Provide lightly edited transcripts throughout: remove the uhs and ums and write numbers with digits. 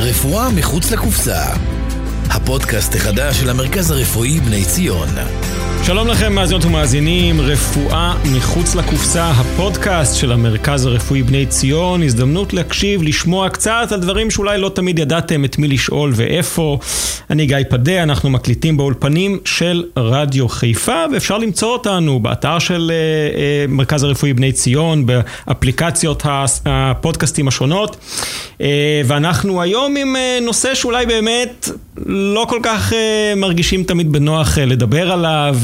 רפואה מחוץ לקופסה, הפודקאסט החדש של המרכז הרפואי בני ציון. שלום לכם מאזינות ומאזינים, רפואה מחוץ לקופסה, הפודקאסט של המרכז הרפואי בני ציון. הזדמנות להקשיב, לשמוע קצת על דברים שאולי לא תמיד ידעתם את מי לשאול ואיפה. אני גיא פדה, אנחנו מקליטים באולפנים של רדיו חיפה, ואפשר למצוא אותנו באתר של מרכז הרפואי בני ציון, באפליקציות הפודקאסטים השונות. ואנחנו היום עם נושא שאולי באמת לא כל כך מרגישים תמיד בנוח לדבר עליו,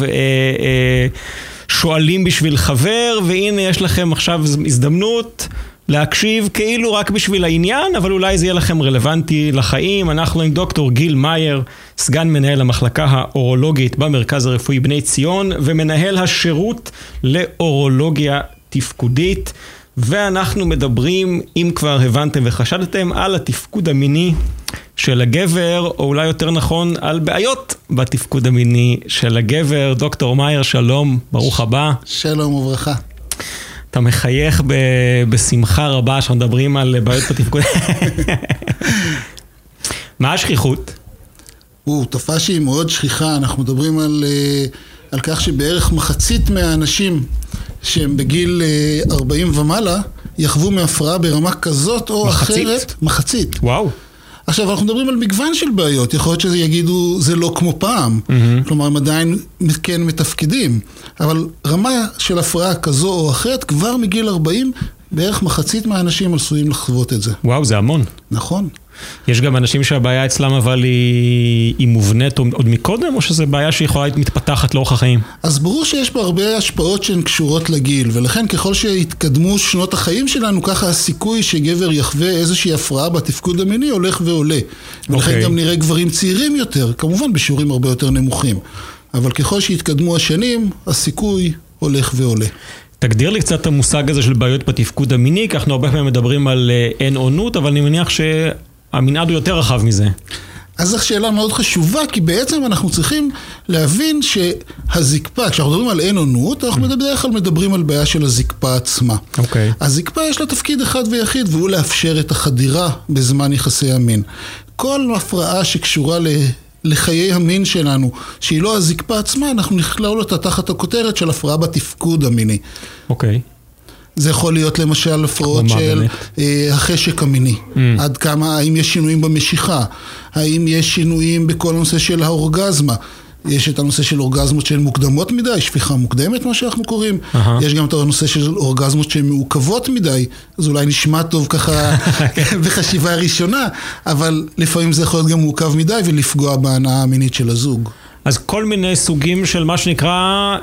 שואלים בשביל חבר, והנה יש לכם עכשיו הזדמנות להקשיב כאילו רק בשביל העניין, אבל אולי זה יהיה לכם רלוונטי לחיים. אנחנו עם דוקטור גיל מאייר, סגן מנהל המחלקה האורולוגית במרכז הרפואי בני ציון, ומנהל השירות לאורולוגיה תפקודית, ואנחנו מדברים, אם כבר הבנתם וחשדתם, על התפקוד המיני של הגבר, או אולי יותר נכון, על בעיות בתפקוד המיני של הגבר. דוקטור מאייר, שלום, ברוך הבא. שלום וברכה. אתה מחייך בשמחה רבה שמדברים על בעיות בתפקוד. מה השכיחות? תופעה שהיא מאוד שכיחה. אנחנו מדברים על כך שבערך מחצית מהאנשים שהם בגיל 40 ומעלה יחוו מהפרעה ברמה כזאת או אחרת. מחצית. וואו. עכשיו, אנחנו מדברים על מגוון של בעיות. יכול להיות שזה יגידו, זה לא כמו פעם. כלומר, הם עדיין כן מתפקדים. אבל רמה של הפרעה כזו או אחרת, כבר מגיל 40, בערך מחצית מהאנשים עשויים לחוות את זה. וואו, זה המון. נכון. יש גם אנשים שהבעיה אצלם אבל היא מובנית עוד מקודם, או שזו בעיה שיכולה להיות מתפתחת לאורך החיים? אז ברור שיש פה הרבה השפעות שהן קשורות לגיל, ולכן ככל שהתקדמו שנות החיים שלנו, ככה הסיכוי שגבר יחווה איזושהי הפרעה בתפקוד המיני הולך ועולה. ולכן גם נראה גברים צעירים יותר, כמובן בשיעורים הרבה יותר נמוכים. אבל ככל שהתקדמו השנים, הסיכוי הולך ועולה. תגדיר לי קצת את המושג הזה של בעיות בתפקוד המיני, כי אנחנו הרבה פעמים מדברים על אין עונות, אבל אני מניח שהמנעד הוא יותר רחב מזה. אז זו שאלה מאוד חשובה, כי בעצם אנחנו צריכים להבין שהזקפה, כשאנחנו מדברים על אין עונות, אנחנו בדרך כלל מדברים על בעיה של הזקפה עצמה. הזקפה יש לה תפקיד אחד ויחיד, והוא לאפשר את החדירה בזמן יחסי המין. כל הפרעה שקשורה לחיי המין שלנו, שהיא לא הזקפה עצמה, אנחנו נכלול אותה תחת הכותרת של הפרעה בתפקוד המיני. אוקיי. זה יכול להיות למשל הפרעות של החשק המיני. עד כמה, האם יש שינויים במשיכה? האם יש שינויים בכל הנושא של האורגזמה? יש את הנושא של אורגזמות שהן מוקדמות מדי, שפיכה מוקדמת, מה שאנחנו קוראים. יש גם את הנושא של אורגזמות שהן מעוכבות מדי, אז אולי נשמע טוב ככה בחשיבה ראשונה, אבל לפעמים זה יכול להיות גם מעוכב מדי ולפגוע בהנאה המינית של הזוג. אז כל מיני סוגים של מה שנקרא,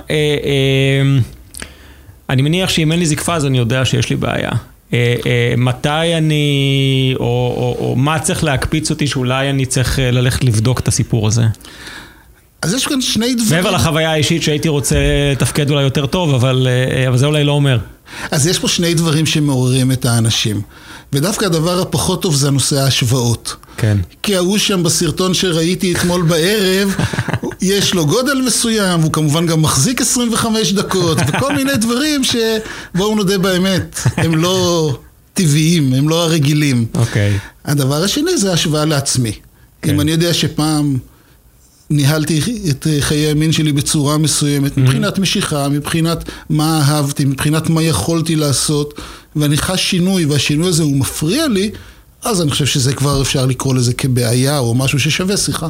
אני מניח שאם אין לי זקפה אז אני יודע שיש לי בעיה. מתי אני, או מה צריך להקפיץ אותי שאולי אני צריך ללכת לבדוק את הסיפור הזה? אז יש כאן שני דברים. מעבר לחוויה האישית שהייתי רוצה לתפקד אולי יותר טוב, אבל זה אולי לא אומר. אז יש פה שני דברים שמעוררים את האנשים. ודווקא הדבר הפחות טוב זה הנושא ההשוואות. כן. כי ההוא שם בסרטון שראיתי אתמול בערב, יש לו גודל מסוים, והוא כמובן גם מחזיק 25 דקות, וכל מיני דברים שבואו נודה באמת, הם לא טבעיים, הם לא הרגילים. אוקיי. הדבר השני זה השוואה לעצמי. אם אני יודע שפעם ניהלתי את חיי המין שלי בצורה מסוימת, מבחינת משיכה, מבחינת מה אהבתי, מבחינת מה יכולתי לעשות, ואני חש שינוי, והשינוי הזה הוא מפריע לי, אז אני חושב שזה כבר אפשר לקרוא לזה כבעיה, או משהו ששווה שיחה.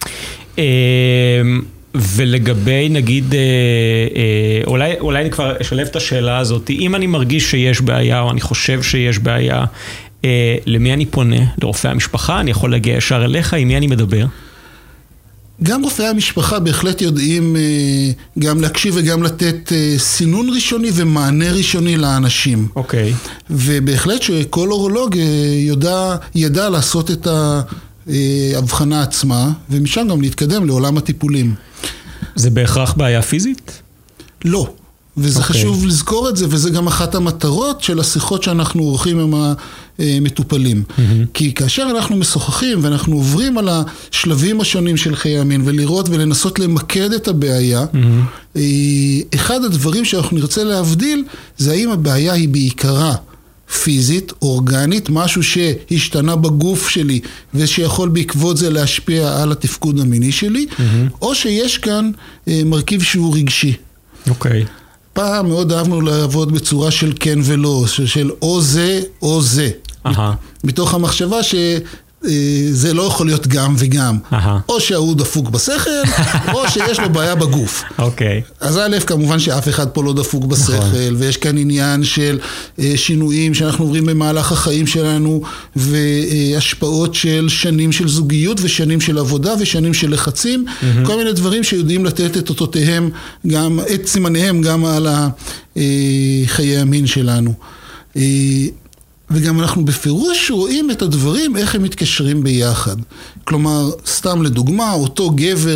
ולגבי נגיד, אולי אני כבר אשלב את השאלה הזאת, אם אני מרגיש שיש בעיה, או אני חושב שיש בעיה, למי אני פונה? לרופא המשפחה? אני יכול להגיע ישר אליך? עם מי אני מדבר? גם רופאי המשפחה בהחלט יודעים גם להקשיב וגם לתת סינון ראשוני ומענה ראשוני לאנשים. אוקיי. ובהחלט שכל אורולוג ידע לעשות את ההבחנה עצמה, ומשם גם להתקדם לעולם הטיפולים. זה בהכרח בעיה פיזית? לא. וזה חשוב לזכור את זה, וזה גם אחת המטרות של השיחות שאנחנו עורכים עם המטופלים. כי כאשר אנחנו משוחחים ואנחנו עוברים על השלבים השונים של חיי המין, ולראות ולנסות למקד את הבעיה, אחד הדברים שאנחנו נרצה להבדיל, זה האם הבעיה היא בעיקרה פיזית, אורגנית, משהו שהשתנה בגוף שלי, ושיכול בעקבות זה להשפיע על התפקוד המיני שלי, או שיש כאן מרכיב שהוא רגשי. אוקיי. פעם מאוד אהבנו לעבוד בצורה של כן ולא, של או זה או זה. מתוך המחשבה שזה לא יכול להיות גם וגם. או שהוא דפוק בשכל, או שיש לו בעיה בגוף. אוקיי. אז א', כמובן שאף אחד פה לא דפוק בשכל, ויש כאן עניין של שינויים שאנחנו עוברים במהלך החיים שלנו, והשפעות של שנים של זוגיות, ושנים של עבודה, ושנים של לחצים, כל מיני דברים שיודעים לתת את אותותיהם, את סימניהם גם על חיי המין שלנו. וגם אנחנו בפירוש רואים את הדברים, איך הם מתקשרים ביחד. כלומר, סתם לדוגמה, אותו גבר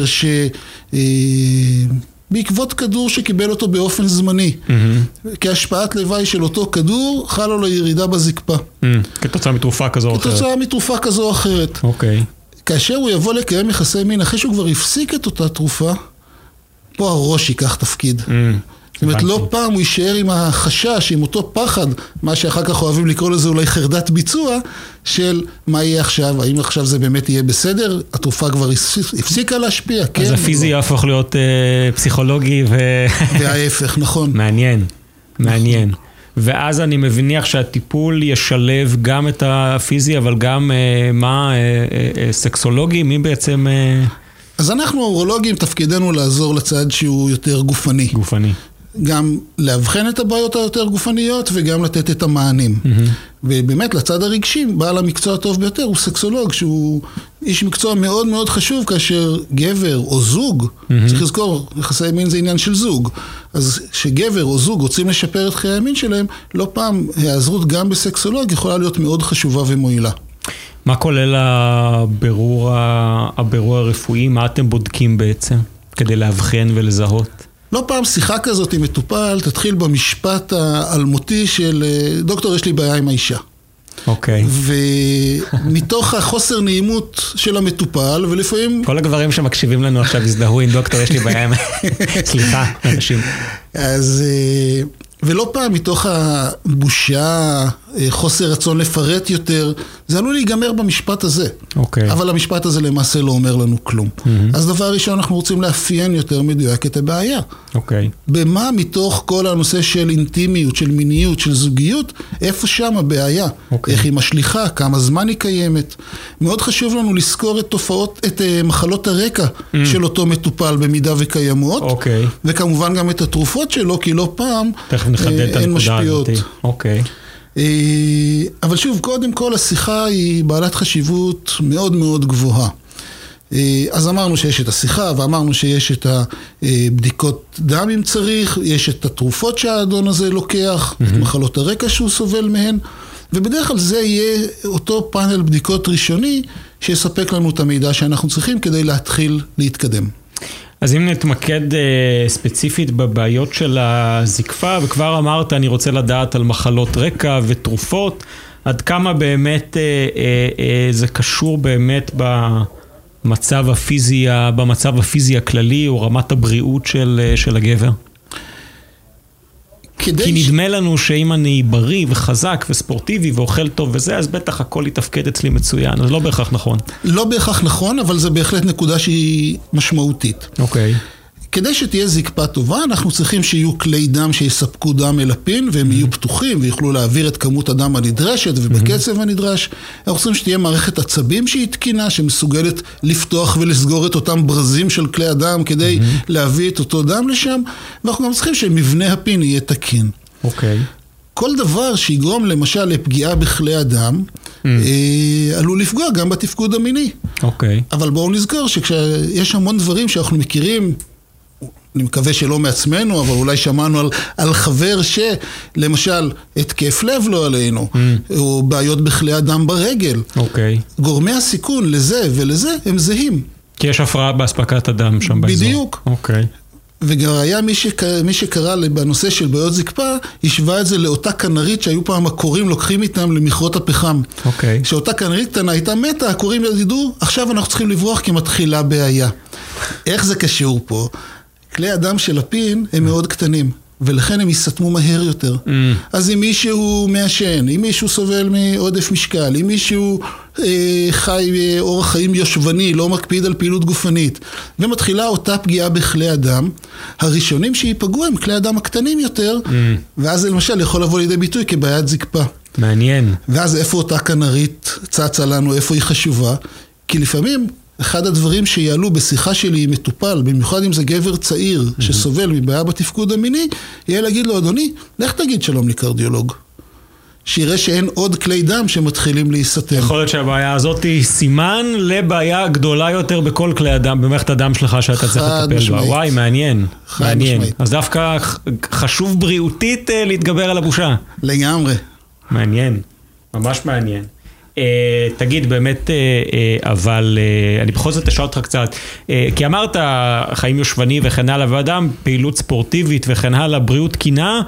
בעקבות כדור שקיבל אותו באופן זמני. כהשפעת לוואי של אותו כדור, חלה לו ירידה בזקפה. כתוצאה מתרופה כזו או אחרת. כתוצאה מתרופה כזו או אחרת. אוקיי. כאשר הוא יבוא לקיים יחסי מין, אחרי שהוא כבר הפסיק את אותה תרופה, פה הראש ייקח תפקיד. זאת אומרת, לא פעם הוא יישאר עם החשש, עם אותו פחד, מה שאחר כך אוהבים לקרוא לזה אולי חרדת ביצוע, של מה יהיה עכשיו, האם עכשיו זה באמת יהיה בסדר, התרופה כבר הפסיקה להשפיע, כן? אז הפיזי יהפוך להיות פסיכולוגי וההפך, נכון. מעניין. ואז אני מניח שהטיפול ישלב גם את הפיזי, אבל גם מה סקסולוגי, מי בעצם... אז אנחנו האורולוגים תפקידנו לעזור לצד שהוא יותר גופני. גופני. גם להבחן את הבעיות היותר גופניות וגם לתת את המענים. ובאמת לצד הרגשי, בעל המקצוע הטוב ביותר הוא סקסולוג, שהוא איש מקצוע מאוד מאוד חשוב כאשר גבר או זוג, צריך לזכור, יחסי מין זה עניין של זוג, אז שגבר או זוג רוצים לשפר את חיי המין שלהם, לא פעם העזרות גם בסקסולוג יכולה להיות מאוד חשובה ומועילה. מה כולל הבירור הרפואי? מה אתם בודקים בעצם כדי להבחן ולזהות? לא פעם שיחה כזאת עם מטופל תתחיל במשפט האלמותי של דוקטור, יש לי בעיה עם האישה. אוקיי. ומתוך החוסר נעימות של המטופל, ולפעמים... כל הגברים שמקשיבים לנו עכשיו הזדהו עם דוקטור, יש לי בעיה עם... סליחה, אנשים. אז... ולא פעם מתוך הבושה, חוסר רצון לפרט יותר, זה עלול להיגמר במשפט הזה. אוקיי. אבל המשפט הזה למעשה לא אומר לנו כלום. אז דבר ראשון, אנחנו רוצים לאפיין יותר מדויק את הבעיה. אוקיי. במה מתוך כל הנושא של אינטימיות, של מיניות, של זוגיות, איפה שם הבעיה? איך היא משליחה, כמה זמן היא קיימת. מאוד חשוב לנו לזכור את מחלות הרקע של אותו מטופל במידה וקיימות. אוקיי. וכמובן גם את התרופות שלו, כי לא פעם אין משפיעות. אוקיי. אבל שוב, קודם כל השיחה היא בעלת חשיבות מאוד מאוד גבוהה. אז אמרנו שיש את השיחה, ואמרנו שיש את הבדיקות דם אם צריך, יש את התרופות שהאדון הזה לוקח, את מחלות הרקע שהוא סובל מהן, ובדרך כלל זה יהיה אותו פאנל בדיקות ראשוני שיספק לנו את המידע שאנחנו צריכים כדי להתחיל להתקדם. אז אם נתמקד ספציפית בבעיות של הזקפה, וכבר אמרת, אני רוצה לדעת על מחלות רקע ותרופות, עד כמה באמת זה קשור באמת במצב הפיזי הכללי, או רמת הבריאות של הגבר? כי נדמה לנו שאם אני בריא וחזק וספורטיבי ואוכל טוב וזה, אז בטח הכל יתפקד אצלי מצוין. אז לא בהכרח נכון. לא בהכרח נכון, אבל זה בהחלט נקודה שהיא משמעותית. אוקיי. כדי שתהיה זקפה טובה, אנחנו צריכים שיהיו כלי דם שיספקו דם אל הפין, והם יהיו פתוחים ויוכלו להעביר את כמות הדם הנדרשת ובקצב הנדרש. אנחנו צריכים שתהיה מערכת עצבים שהיא תקינה, שמסוגלת לפתוח ולסגור את אותם ברזים של כלי הדם כדי להביא את אותו דם לשם, ואנחנו גם צריכים שמבנה הפין יהיה תקין. אוקיי. כל דבר שיגרום למשל לפגיעה בכלי הדם, עלול לפגוע גם בתפקוד המיני. אוקיי. אבל בואו נזכור שכשיש המון דברים שאנחנו מכירים, אני מקווה שלא מעצמנו, אבל אולי שמענו על חבר שלמשל התקף לב לא עלינו, או בעיות בכלי הדם ברגל. אוקיי. גורמי הסיכון לזה ולזה הם זהים. כי יש הפרעה באספקת הדם שם באזור. בדיוק. אוקיי. וגם היה מי שקרא בנושא של בעיות זקפה, השווה את זה לאותה כנרית שהיו פעם הקוראים לוקחים איתם למכרות הפחם. אוקיי. שאותה כנרית קטנה הייתה מתה, הקוראים ידעו, עכשיו אנחנו צריכים לברוח כי מתחילה בעיה. איך זה קשור פה? כלי הדם של הפין הם מאוד קטנים. ולכן הם יסתמו מהר יותר. אז אם מישהו מעשן, אם מישהו סובל מעודף משקל, אם מישהו חי אורח חיים יושבני, לא מקפיד על פעילות גופנית, ומתחילה אותה פגיעה בכלי אדם, הראשונים שיפגעו הם כלי אדם הקטנים יותר, ואז זה למשל יכול לבוא לידי ביטוי כבעיית זקפה. מעניין. ואז איפה אותה כנרית צצה לנו, איפה היא חשובה? כי לפעמים אחד הדברים שיעלו בשיחה שלי עם מטופל, במיוחד אם זה גבר צעיר שסובל מבעיה בתפקוד המיני, יהיה להגיד לו, אדוני, לך תגיד שלום לקרדיולוג. שיראה שאין עוד כלי דם שמתחילים להיסתם. יכול להיות שהבעיה הזאת היא סימן לבעיה גדולה יותר בכל כלי הדם, במערכת הדם שלך שאתה צריך לטפל בה. וואי, מעניין. מעניין. אז דווקא חשוב בריאותית להתגבר על הבושה. לגמרי. מעניין. ממש מעניין. תגיד, באמת, אבל אני בכל זאת אשאל אותך קצת, כי אמרת חיים יושבני וכן הלאה, ואדם פעילות ספורטיבית וכן הלאה, בריאות תקינה,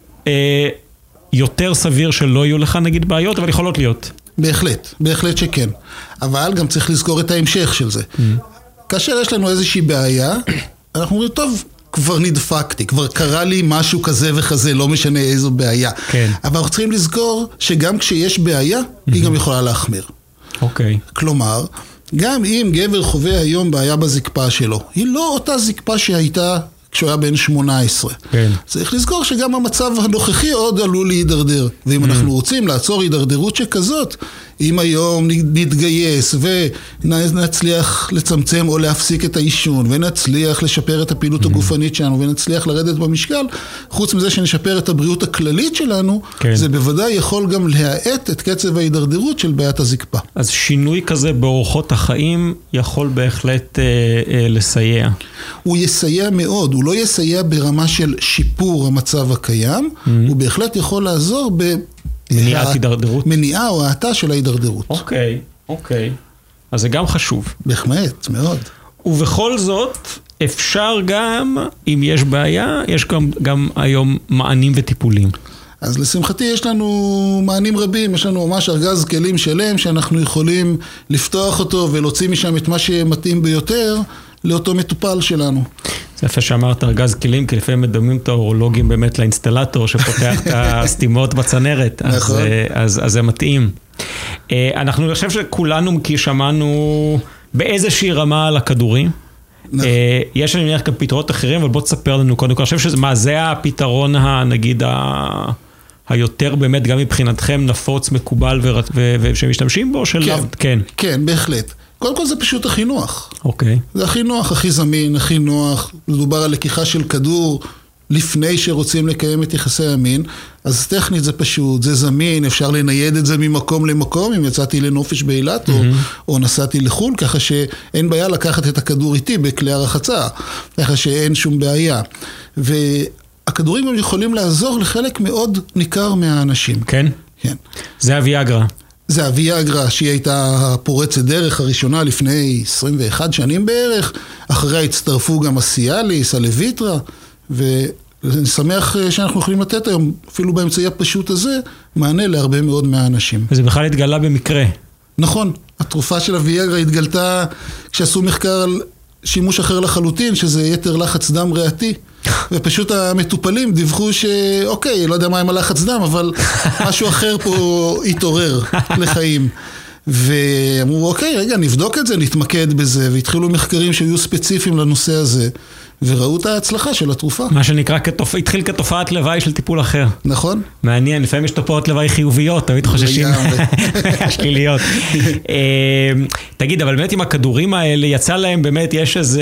יותר סביר שלא יהיו לך נגיד בעיות, אבל יכולות להיות. בהחלט, בהחלט שכן. אבל גם צריך לזכור את ההמשך של זה. כאשר יש לנו איזושהי בעיה, אנחנו אומרים, טוב, כבר נדפקתי, כבר קרה לי משהו כזה וכזה, לא משנה איזו בעיה. כן. אבל אנחנו צריכים לזכור שגם כשיש בעיה, היא גם יכולה להחמיר. אוקיי. כלומר, גם אם גבר חווה היום בעיה בזקפה שלו, היא לא אותה זקפה שהייתה כשהוא היה בן 18. כן. צריך לזכור שגם המצב הנוכחי עוד עלול להידרדר. ואם אנחנו רוצים לעצור הידרדרות שכזאת, אם היום נתגייס ונצליח לצמצם או להפסיק את האישון, ונצליח לשפר את הפעילות הגופנית שלנו, ונצליח לרדת במשקל, חוץ מזה שנשפר את הבריאות הכללית שלנו, כן. זה בוודאי יכול גם להאט את קצב ההידרדרות של בעיית הזקפה. אז שינוי כזה באורחות החיים יכול בהחלט לסייע. הוא יסייע מאוד, הוא לא יסייע ברמה של שיפור המצב הקיים, הוא בהחלט יכול לעזור מניעת הידרדרות? מניעה או האטה של ההידרדרות. אוקיי. אז זה גם חשוב. בהחלט, מאוד. ובכל זאת, אפשר גם, אם יש בעיה, יש גם היום מענים וטיפולים. אז לשמחתי יש לנו מענים רבים, יש לנו ממש ארגז כלים שלם שאנחנו יכולים לפתוח אותו ולהוציא משם את מה שמתאים ביותר לאותו מטופל שלנו. זה יפה שאמרת ארגז כלים, כי לפעמים מדמים את האורולוגים באמת לאינסטלטור שפותח את הסתימות בצנרת, אז זה מתאים. אנחנו חושב שכולנו שמענו באיזושהי רמה על הכדורים, יש לנו נניח גם פתרונות אחרים, אבל בוא תספר לנו קודם כל, אני חושב שזה הפתרון נגיד היותר באמת גם מבחינתכם נפוץ, מקובל ושמשתמשים בו? כן, בהחלט. קודם כל זה פשוט החינוך. אוקיי. זה החינוך הכי זמין, הכי נוח. מדובר על לקיחה של כדור לפני שרוצים לקיים את יחסי המין. אז טכנית זה פשוט, זה זמין, אפשר לנייד את זה ממקום למקום, אם יצאתי לנופש באילת או נסעתי לחול, ככה שאין בעיה לקחת את הכדור איתי בכלי הרחצה, ככה שאין שום בעיה. והכדורים גם יכולים לעזור לחלק מאוד ניכר מהאנשים. כן? כן. זה הוויאגרה. זה הוויאגרה שהיא הייתה הפורצת דרך הראשונה לפני 21 שנים בערך, אחריה הצטרפו גם הסיאליס, הלויטרה, ואני שמח שאנחנו יכולים לתת היום, אפילו באמצעי הפשוט הזה, מענה להרבה מאוד מהאנשים. וזה בכלל התגלה במקרה. נכון, התרופה של הוויאגרה התגלתה כשעשו מחקר על שימוש אחר לחלוטין, שזה יתר לחץ דם ריאתי, ופשוט המטופלים דיווחו שאוקיי, לא יודע מה עם הלחץ דם, אבל משהו אחר פה התעורר לחיים. ואמרו, אוקיי, רגע, נבדוק את זה, נתמקד בזה, והתחילו מחקרים שהיו ספציפיים לנושא הזה, וראו את ההצלחה של התרופה. מה שנקרא, התחיל כתופעת לוואי של טיפול אחר. נכון. מעניין, לפעמים יש תופעות לוואי חיוביות, תמיד חוששים השליליות. תגיד, אבל באמת עם הכדורים האלה, יצא להם באמת, יש איזה,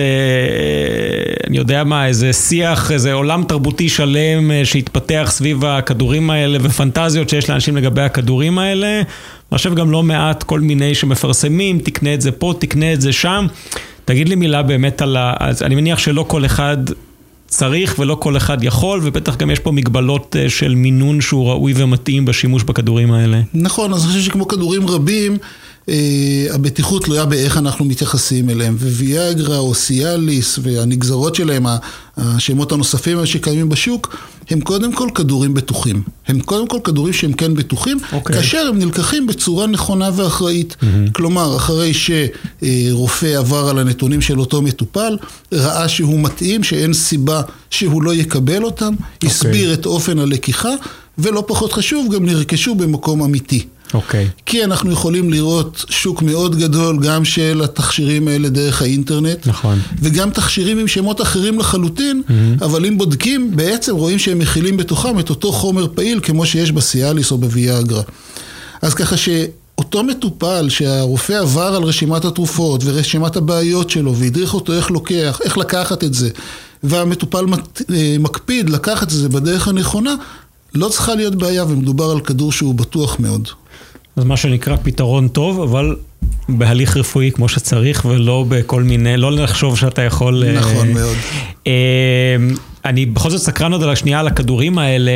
אני יודע מה, איזה שיח, איזה עולם תרבותי שלם שהתפתח סביב הכדורים האלה, ופנטזיות שיש לאנשים לגבי הכדורים האלה. אני חושב גם לא מעט כל מיני שמפרסמים, תקנה את זה פה, תקנה את זה שם. תגיד לי מילה באמת אני מניח שלא כל אחד צריך ולא כל אחד יכול, ובטח גם יש פה מגבלות של מינון שהוא ראוי ומתאים בשימוש בכדורים האלה. נכון, אז אני חושב שכמו כדורים רבים, הבטיחות תלויה באיך אנחנו מתייחסים אליהם, וויאגרה או סיאליס והנגזרות שלהם, השמות הנוספים שקיימים בשוק, הם קודם כל כדורים בטוחים. הם קודם כל כדורים שהם כן בטוחים, כאשר הם נלקחים בצורה נכונה ואחראית. כלומר, אחרי שרופא עבר על הנתונים של אותו מטופל, ראה שהוא מתאים, שאין סיבה שהוא לא יקבל אותם, הסביר את אופן הלקיחה, ולא פחות חשוב, גם נרכשו במקום אמיתי. כי אנחנו יכולים לראות שוק מאוד גדול גם של התכשירים האלה דרך האינטרנט, וגם תכשירים עם שמות אחרים לחלוטין, אבל אם בודקים, בעצם רואים שהם מכילים בתוכם את אותו חומר פעיל כמו שיש בסיאליס או בוויאגרה. אז ככה שאותו מטופל שהרופא עבר על רשימת התרופות ורשימת הבעיות שלו והדריך אותו איך לקחת את זה, והמטופל מקפיד לקחת את זה בדרך הנכונה, לא צריכה להיות בעיה, ומדובר על כדור שהוא בטוח מאוד. אז מה שנקרא פתרון טוב, אבל בהליך רפואי כמו שצריך, ולא בכל מיני, לא לחשוב שאתה יכול... נכון מאוד. אני בכל זאת סקרן עוד על השנייה על הכדורים האלה,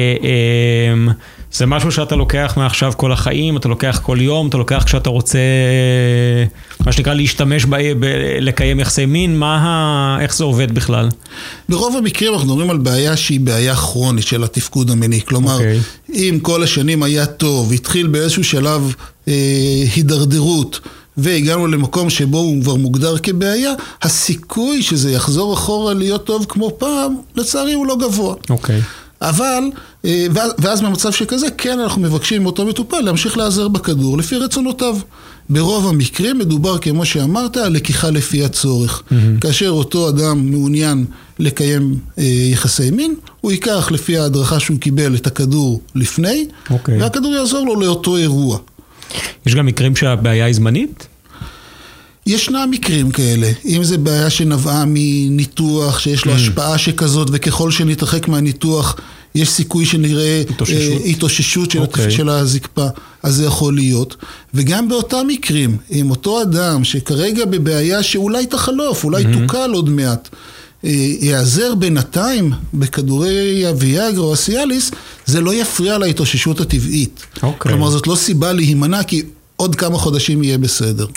זה משהו שאתה לוקח מעכשיו כל החיים, אתה לוקח כל יום, אתה לוקח כשאתה רוצה, מה שנקרא, להשתמש לקיים יחסי מין, איך זה עובד בכלל? ברוב המקרים אנחנו מדברים על בעיה שהיא בעיה כרונית של התפקוד המיני, כלומר, אם כל השנים היה טוב, התחיל באיזשהו שלב הידרדרות, והגענו למקום שבו הוא כבר מוגדר כבעיה, הסיכוי שזה יחזור אחורה להיות טוב כמו פעם, לצערי הוא לא גבוה. אבל, ואז במצב שכזה, כן אנחנו מבקשים מאותו מטופל להמשיך לעזר בכדור לפי רצונותיו. ברוב המקרים מדובר, כמו שאמרת, על לקיחה לפי הצורך. כאשר אותו אדם מעוניין לקיים יחסי מין, הוא ייקח לפי ההדרכה שהוא קיבל את הכדור לפני, והכדור יעזור לו לאותו אירוע. יש גם מקרים שהבעיה היא זמנית? ישנם מקרים כאלה, אם זה בעיה שנבעה מניתוח שיש לו השפעה שכזאת, וככל שנתרחק מהניתוח יש סיכוי שנראה התאוששות של הזקפה, אז זה יכול להיות. וגם באותם מקרים, עם אותו אדם שכרגע בבעיה שאולי תחלוף, אולי תוקל עוד מעט, יעזר בינתיים בכדורי הוויאגרה או הסיאליס, זה לא יפריע להתאוששות הטבעית. כלומר, זאת לא סיבה להימנע, כי עוד כמה חודשים יהיה בסדר.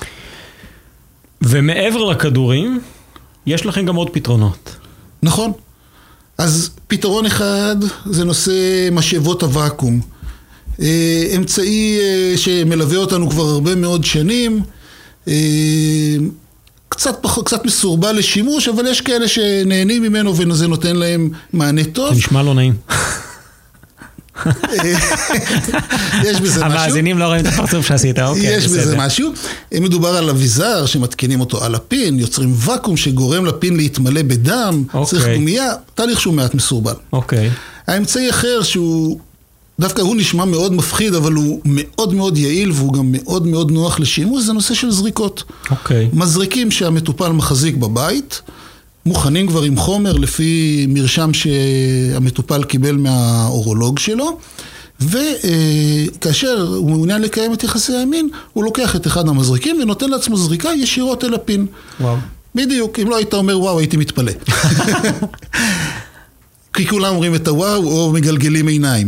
ומעבר לכדורים, יש לכם גם עוד פתרונות. נכון. אז פתרון אחד זה נושא משאבות הוואקום. אמצעי שמלווה אותנו כבר הרבה מאוד שנים, קצת מסורבל לשימוש, אבל יש כאלה שנהנים ממנו וזה נותן להם מענה טוב. זה נשמע לא נעים. יש בזה משהו. המאזינים לא רואים את הפרצוף שעשית, אוקיי. יש בזה משהו. אם מדובר על אביזר שמתקינים אותו על הפין, יוצרים ואקום שגורם לפין להתמלא בדם, צריך גומייה, תהליך שהוא מעט מסורבל. אוקיי. האמצעי אחר שהוא, דווקא הוא נשמע מאוד מפחיד, אבל הוא מאוד מאוד יעיל והוא גם מאוד מאוד נוח לשימוש, זה נושא של זריקות. אוקיי. מזריקים שהמטופל מחזיק בבית, מוכנים כבר עם חומר לפי מרשם שהמטופל קיבל מהאורולוג שלו, וכאשר הוא מעוניין לקיים את יחסי המין, הוא לוקח את אחד המזריקים ונותן לעצמו זריקה ישירות אל הפין. וואו. בדיוק, אם לא היית אומר וואו, הייתי מתפלא. כי כולם אומרים את הוואו או מגלגלים עיניים.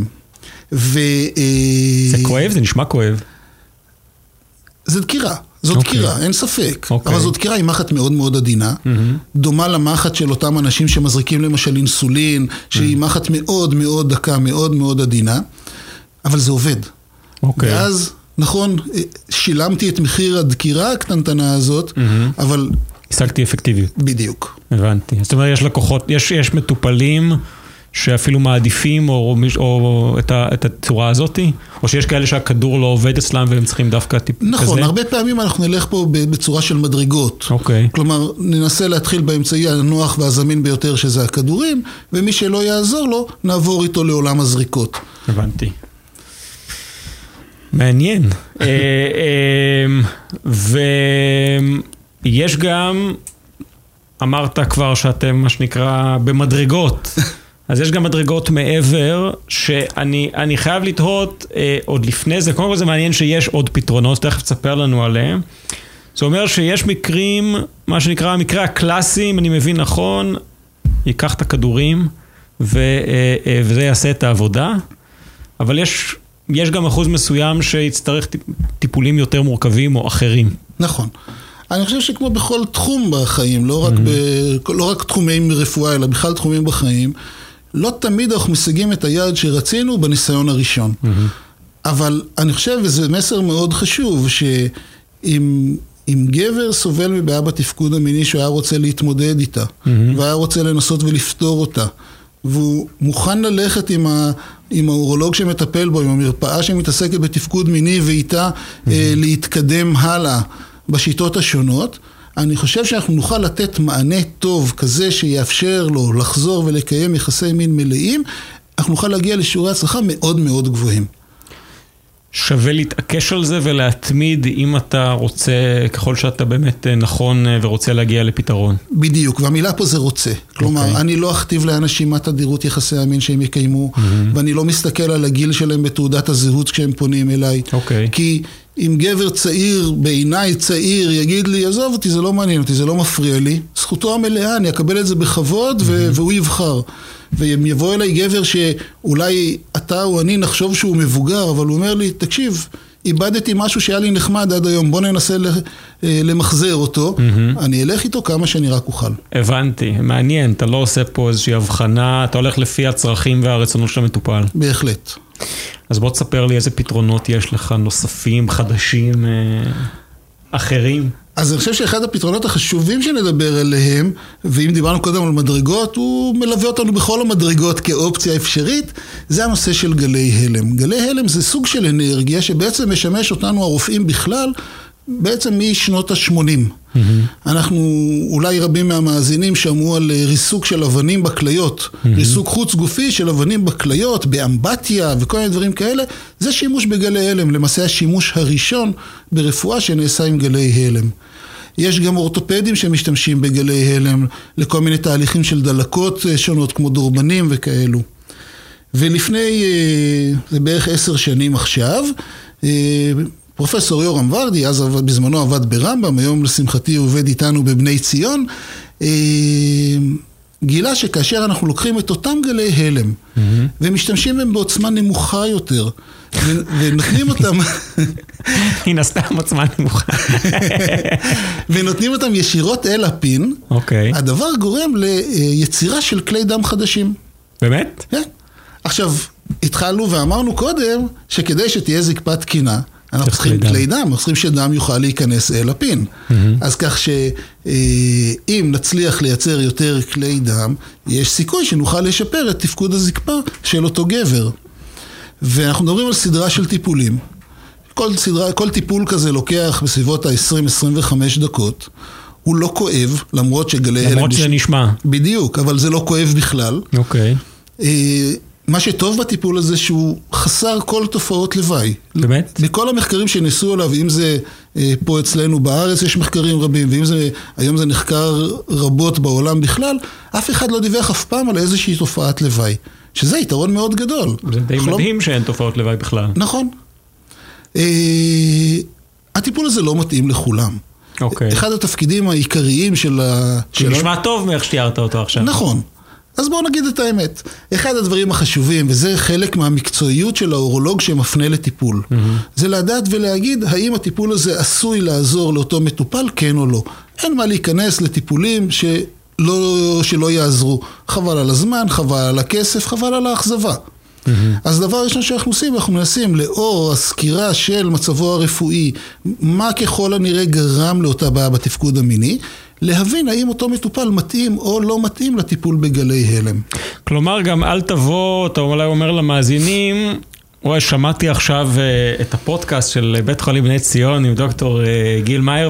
זה כואב? זה נשמע כואב. זה דקירה. זאת דקירה, אין ספק. אבל זאת דקירה היא מחט מאוד מאוד עדינה, דומה למחט של אותם אנשים שמזריקים למשל אינסולין, שהיא מחט מאוד מאוד דקה, מאוד מאוד עדינה, אבל זה עובד. ואז, נכון, שילמתי את מחיר הדקירה הקטנטנה הזאת, אבל... השגתי אפקטיביות. בדיוק. הבנתי. זאת אומרת, יש לקוחות, יש מטופלים שאפילו מעדיפים או את הצורה הזאת, או שיש כאלה שהכדור לא עובד אצלם והם צריכים דווקא טיפ כזה? נכון, הרבה פעמים אנחנו נלך פה בצורה של מדרגות. כלומר, ננסה להתחיל באמצעי הנוח והזמין ביותר שזה הכדורים, ומי שלא יעזור לו, נעבור איתו לעולם הזריקות. הבנתי. מעניין. ויש גם, אמרת כבר שאתם מה שנקרא במדרגות, אז יש גם מדרגות מעבר, שאני חייב לתהות עוד לפני זה, קודם כל זה מעניין שיש עוד פתרונות, תכף תספר לנו עליהם. זה אומר שיש מקרים, מה שנקרא המקרה הקלאסי, אם אני מבין נכון, ייקח את הכדורים וזה יעשה את העבודה, אבל יש גם אחוז מסוים שיצטרך טיפולים יותר מורכבים או אחרים. נכון. אני חושב שכמו בכל תחום בחיים, לא רק תחומים רפואה, אלא בכלל תחומים בחיים, לא תמיד אנחנו משיגים את היעד שרצינו בניסיון הראשון. אבל אני חושב, וזה מסר מאוד חשוב, שאם גבר סובל מבעיה בתפקוד המיני שהוא היה רוצה להתמודד איתה, והיה רוצה לנסות ולפתור אותה, והוא מוכן ללכת עם האורולוג שמטפל בו, עם המרפאה שמתעסקת בתפקוד מיני ואיתה להתקדם הלאה בשיטות השונות, אני חושב שאנחנו נוכל לתת מענה טוב כזה שיאפשר לו לחזור ולקיים יחסי מין מלאים, אנחנו נוכל להגיע לשיעורי הצלחה מאוד מאוד גבוהים. שווה להתעקש על זה ולהתמיד אם אתה רוצה, ככל שאתה באמת נכון ורוצה להגיע לפתרון. בדיוק, והמילה פה זה רוצה. כלומר, אני לא אכתיב לאנשים מה תדירות יחסי המין שהם יקיימו, ואני לא מסתכל על הגיל שלהם בתעודת הזהות כשהם פונים אליי. כי אם גבר צעיר, בעיניי צעיר, יגיד לי, עזוב אותי, זה לא מעניין אותי, זה לא מפריע לי, זכותו המלאה, אני אקבל את זה בכבוד והוא יבחר. ואם יבוא אליי גבר שאולי אתה או אני נחשוב שהוא מבוגר, אבל הוא אומר לי, תקשיב, איבדתי משהו שהיה לי נחמד עד היום, בוא ננסה למחזר אותו, אני אלך איתו כמה שאני רק אוכל. הבנתי, מעניין, אתה לא עושה פה איזושהי הבחנה, אתה הולך לפי הצרכים והרצונות של המטופל. בהחלט. אז בוא תספר לי איזה פתרונות יש לך נוספים, חדשים, אחרים. אז אני חושב שאחד הפתרונות החשובים שנדבר עליהם, ואם דיברנו קודם על מדרגות, הוא מלווה אותנו בכל המדרגות כאופציה אפשרית, זה הנושא של גלי הלם. גלי הלם זה סוג של אנרגיה שבעצם משמש אותנו הרופאים בכלל, בעצם משנות ה-80. אנחנו, אולי רבים מהמאזינים שמעו על ריסוק של אבנים בכליות, ריסוק חוץ גופי של אבנים בכליות, באמבטיה וכל מיני דברים כאלה, זה שימוש בגלי הלם, למעשה השימוש הראשון ברפואה שנעשה עם גלי הלם. יש גם אורתופדים שמשתמשים בגלי הלם לכל מיני תהליכים של דלקות שונות כמו דורבנים וכאלו. ולפני, זה בערך 10 שנים עכשיו, פרופסור יורם ורדי, אז בזמנו עבד ברמב"ם, היום לשמחתי הוא עובד איתנו בבני ציון, גילה שכאשר אנחנו לוקחים את אותם גלי הלם, ומשתמשים בהם בעוצמה נמוכה יותר, ונותנים אותם... הנה סתם עוצמה נמוכה. ונותנים אותם ישירות אל הפין, הדבר גורם ליצירה של כלי דם חדשים. באמת? כן. עכשיו, התחלנו ואמרנו קודם, שכדי שתהיה זקפת תקינה, אנחנו צריכים כלי דם, אנחנו צריכים שדם יוכל להיכנס אל הפין. אז כך שאם נצליח לייצר יותר כלי דם, יש סיכוי שנוכל לשפר את תפקוד הזקפה של אותו גבר. ואנחנו מדברים על סדרה של טיפולים. כל טיפול כזה לוקח בסביבות ה-20-25 דקות. הוא לא כואב, למרות שגלי הלם... למרות שזה נשמע. בדיוק, אבל זה לא כואב בכלל. אוקיי. מה שטוב בטיפול הזה שהוא חסר כל תופעות לוואי. באמת? בכל המחקרים שניסו עליו, אם זה פה אצלנו בארץ יש מחקרים רבים, ואם זה, היום זה נחקר רבות בעולם בכלל, אף אחד לא דיווח אף פעם על איזושהי תופעת לוואי. שזה יתרון מאוד גדול. זה די מדהים שאין תופעות לוואי בכלל. נכון. הטיפול הזה לא מתאים לכולם. אוקיי. אחד התפקידים העיקריים של... שנשמע טוב מאיך שתיארת אותו עכשיו. נכון. אז בואו נגיד את האמת. אחד הדברים החשובים, וזה חלק מהמקצועיות של האורולוג שמפנה לטיפול, זה לדעת ולהגיד האם הטיפול הזה עשוי לעזור לאותו מטופל, כן או לא. אין מה להיכנס לטיפולים שלא יעזרו. חבל על הזמן, חבל על הכסף, חבל על האכזבה. אז דבר ראשון שאנחנו עושים, אנחנו מנסים לאור הסקירה של מצבו הרפואי, מה ככל הנראה גרם לאותה בעיה בתפקוד המיני, להבין האם אותו מטופל מתאים או לא מתאים לטיפול בגלי הלם. כלומר, גם אל תבוא, אתה אולי אומר למאזינים, שמעתי עכשיו את הפודקאסט של בית חולים בני ציון עם דוקטור גיל מאייר,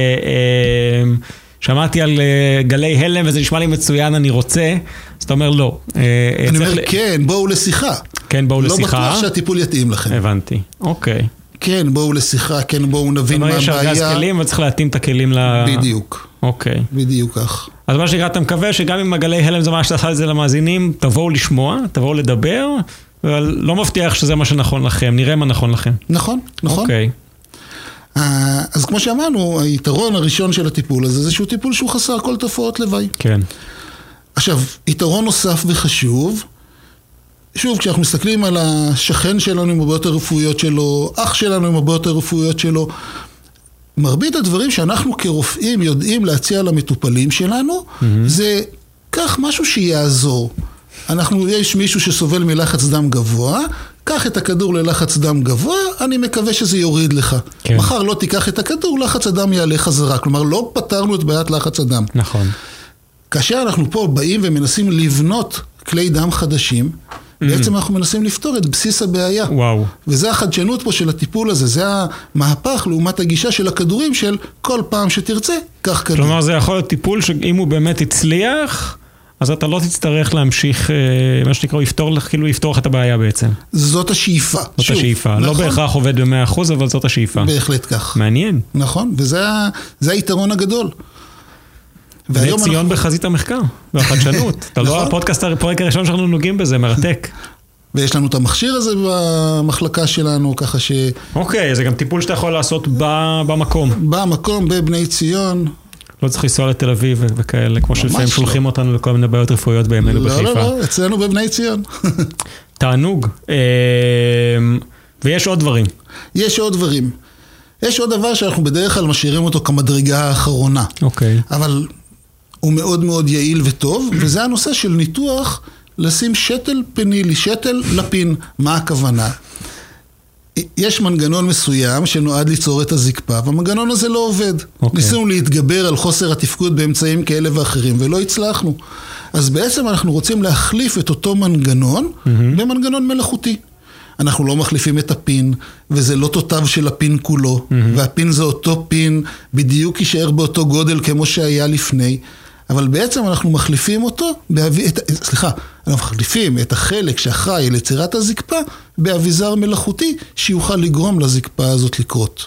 ושמעתי על גלי הלם, וזה נשמע לי מצוין, אני רוצה, אז אתה אומר לא. אני אומר, כן, בואו לשיחה. כן, בואו לשיחה. לא בטוח שהטיפול יתאים לכם. הבנתי, אוקיי. כן, בואו לשיחה, כן, בואו נבין מה הבעיה. זאת אומרת, יש ארגז כלים וצריך להתאים את הכלים בדיוק. אוקיי. בדיוק כך. אז מה שנקרא, אתה מקווה שגם אם הגלי הלם זה מה שאתה עושה את זה למאזינים, תבואו לשמוע, תבואו לדבר, אבל לא מבטיח שזה מה שנכון לכם, נראה מה נכון לכם. נכון, נכון. אוקיי. אז כמו שאמרנו, היתרון הראשון של הטיפול הזה, זה שהוא טיפול שהוא חסר כל תופעות לוואי. כן. עכשיו, יתרון נוסף וחשוב, שוב, כשאנחנו מסתכלים על השכן שלנו עם הבעיות הרפואיות שלו, אח שלנו עם הבעיות הרפואיות שלו, מרבית הדברים שאנחנו כרופאים יודעים להציע למטופלים שלנו, זה כך משהו שיעזור. יש מישהו שסובל מלחץ דם גבוה, קח את הכדור ללחץ דם גבוה, אני מקווה שזה יוריד לך. כן. מחר לא תיקח את הכדור, לחץ הדם יעלה חזרה. כלומר, לא פתרנו את בעיית לחץ הדם. נכון. כאשר אנחנו פה באים ומנסים לבנות כלי דם חדשים, בעצם אנחנו מנסים לפתור את בסיס הבעיה. וואו. וזה החדשנות פה של הטיפול הזה, זה המהפך לעומת הגישה של הכדורים של כל פעם שתרצה, כך כדור. כלומר, זה יכול להיות טיפול שאם הוא באמת הצליח, אז אתה לא תצטרך להמשיך, מה שנקרא, יפתור לך את הבעיה בעצם. זאת השאיפה. זאת השאיפה. לא בהכרח עובד ב100%, אבל זאת השאיפה. בהחלט כך. מעניין. נכון, וזה היתרון הגדול. בני ציון בחזית המחקר, והחדשנות. אתה לא הפודקאסט, הפרק הראשון שאנחנו נוגעים בזה, מרתק. ויש לנו את המכשיר הזה במחלקה שלנו, ככה ש... אוקיי, זה גם טיפול שאתה יכול לעשות במקום. במקום, בבני ציון. לא צריך לנסוע לתל אביב וכאלה, כמו שלפעמים שולחים אותנו לכל מיני בעיות רפואיות בימינו בחיפה. לא, אצלנו בבני ציון. תענוג. ויש עוד דברים. יש עוד דברים. יש עוד דבר שאנחנו בדרך כלל משאירים אותו כמדרגה האחרונה. אוקיי. אבל הוא מאוד מאוד יעיל וטוב, וזה הנושא של ניתוח לשים שתל פנילי, שתל לפין. מה הכוונה? יש מנגנון מסוים שנועד ליצור את הזקפה, והמנגנון הזה לא עובד. ניסינו להתגבר על חוסר התפקוד באמצעים כאלה ואחרים, ולא הצלחנו. אז בעצם אנחנו רוצים להחליף את אותו מנגנון במנגנון מלאכותי. אנחנו לא מחליפים את הפין, וזה לא תותב של הפין כולו, והפין זה אותו פין, בדיוק יישאר באותו גודל כמו שהיה לפני, אבל בעצם אנחנו מחליפים אותו, אנחנו מחליפים את החלק שאחראי ליצירת הזקפה, באביזר מלאכותי, שיוכל לגרום לזקפה הזאת לקרות.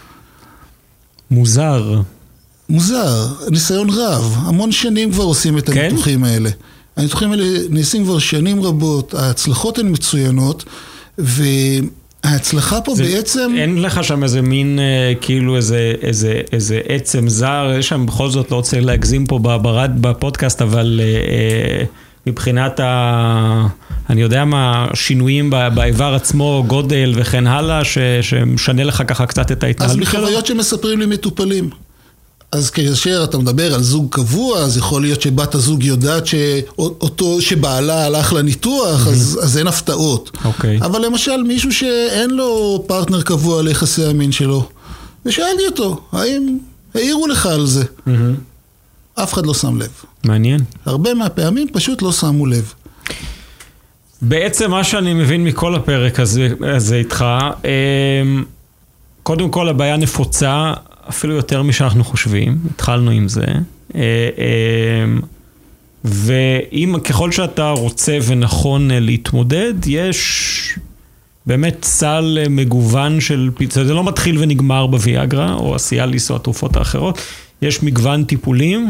מוזר. מוזר, ניסיון רב, המון שנים כבר עושים את הניתוחים האלה. הניתוחים האלה נעשים כבר שנים רבות, ההצלחות הן מצוינות, וההצלחה פה בעצם... אין לך שם איזה מין, כאילו איזה עצם זר, יש שם בכל זאת, לא רוצה להגזים פה בפודקאסט, אבל מבחינת אני יודע מה, שינויים באיבר עצמו, גודל וכן הלאה, שמשנה לך ככה קצת את ההתנהלות שלו? אז בחוויות שמספרים לי מטופלים. אז כאשר אתה מדבר על זוג קבוע, אז יכול להיות שבת הזוג יודעת שבעלה הלך לניתוח, אז אין הפתעות. אבל למשל מישהו שאין לו פרטנר קבוע ליחסי המין שלו, ושאלתי אותו, האם העירו לך על זה? אף אחד לא שם לב. מעניין. הרבה מהפעמים פשוט לא שמו לב. בעצם מה שאני מבין מכל הפרק הזה איתך, קודם כל הבעיה נפוצה, אפילו יותר משאנחנו חושבים, התחלנו עם זה, ואם ככל שאתה רוצה ונכון להתמודד, יש באמת סל מגוון של פיצה, זה לא מתחיל ונגמר בוויאגרה, או הסיאליס או התרופות האחרות, יש מגוון טיפולים,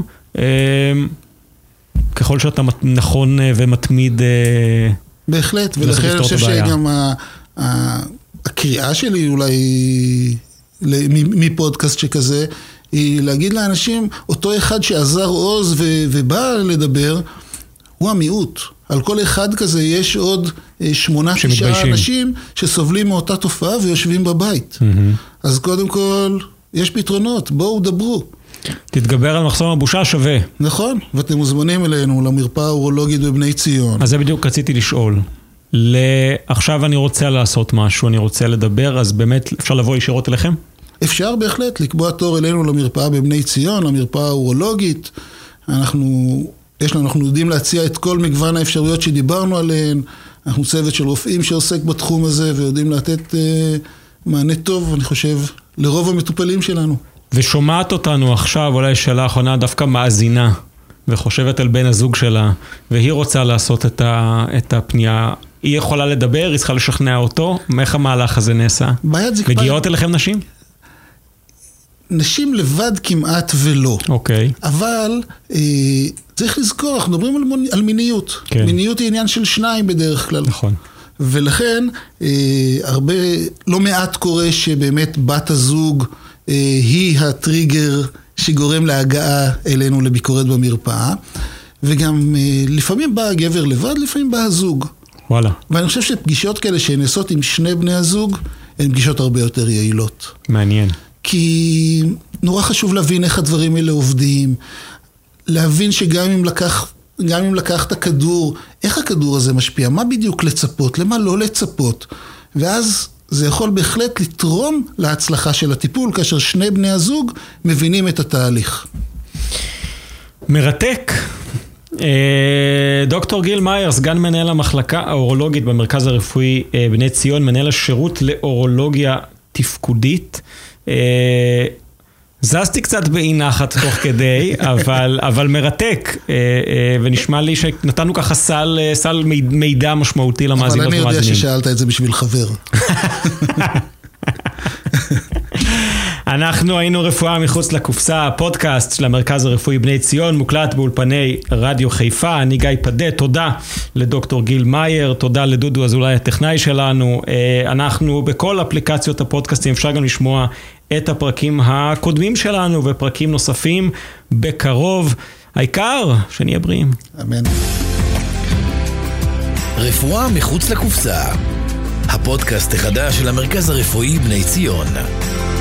ככל שאתה נכון ומתמיד, בהחלט, ולכן אני חושב שגם הקריאה שלי אולי מפודקאסט שכזה, היא להגיד לאנשים, אותו אחד שעזר עוז ובא לדבר, הוא המיעוט. על כל אחד כזה יש עוד 8-9 אנשים שסובלים מאותה תופעה ויושבים בבית. אז קודם כל, יש פתרונות, בואו דברו. תתגבר על מחסום הבושה שווה. נכון, ואתם מוזמנים אלינו למרפאה האורולוגית בבני ציון. אז זה בדיוק רציתי לשאול. עכשיו אני רוצה לעשות משהו, אני רוצה לדבר, אז באמת אפשר לבוא ישירות אליכם? אפשר בהחלט לקבוע תור אלינו למרפאה בבני ציון, למרפאה האורולוגית. אנחנו יודעים להציע את כל מגוון האפשרויות שדיברנו עליהן. אנחנו צוות של רופאים שעוסק בתחום הזה, ויודעים לתת מענה טוב, אני חושב, לרוב המטופלים שלנו. ושומעת אותנו עכשיו, אולי שאלה האחרונה, דווקא מאזינה, וחושבת על בן הזוג שלה, והיא רוצה לעשות את הפנייה. היא יכולה לדבר, היא צריכה לשכנע אותו. איך המהלך הזה נעשה? מגיעות אליכם נשים? נשים לבד כמעט ולא. אוקיי. אבל צריך לזכור, אנחנו מדברים על מיניות. כן. מיניות היא עניין של 2 בדרך כלל. נכון. ולכן לא מעט קורה שבאמת בת הזוג היא הטריגר שגורם להגעה אלינו לביקורת במרפאה, וגם לפעמים בא הגבר לבד, לפעמים בא הזוג. וואלה. ואני חושב שפגישות כאלה שנעשות עם שני בני הזוג, הן פגישות הרבה יותר יעילות. מעניין. כי נורא חשוב להבין איך הדברים האלה עובדים, להבין שגם אם לקחת כדור, איך הכדור הזה משפיע, מה בדיוק לצפות, למה לא לצפות, ואז זה יכול בהחלט לתרום להצלחה של הטיפול, כאשר שני בני הזוג מבינים את התהליך. מרתק. דוקטור גיל מאייר, סגן מנהל המחלקה האורולוגית במרכז הרפואי בני ציון, מנהל השירות לאורולוגיה תפקודית. זזתי קצת באי נחת תוך כדי, אבל מרתק, ונשמע לי שנתנו ככה סל מידע משמעותי למאזינות ומאזינים. אבל אני יודע ששאלת את זה בשביל חבר. אנחנו היינו רפואה מחוץ לקופסה, הפודקאסט של המרכז הרפואי בני ציון, מוקלט באולפני רדיו חיפה. אני גיא פדה, תודה לדוקטור גיל מאייר, תודה לדודו אזולאי הטכנאי שלנו. אנחנו בכל אפליקציות הפודקאסטים, אפשר גם לשמוע את הפרקים הקודמים שלנו ופרקים נוספים בקרוב. העיקר שנהיה בריאים. אמן. רפואה מחוץ לקופסה, הפודקאסט החדש של המרכז הרפואי בני ציון.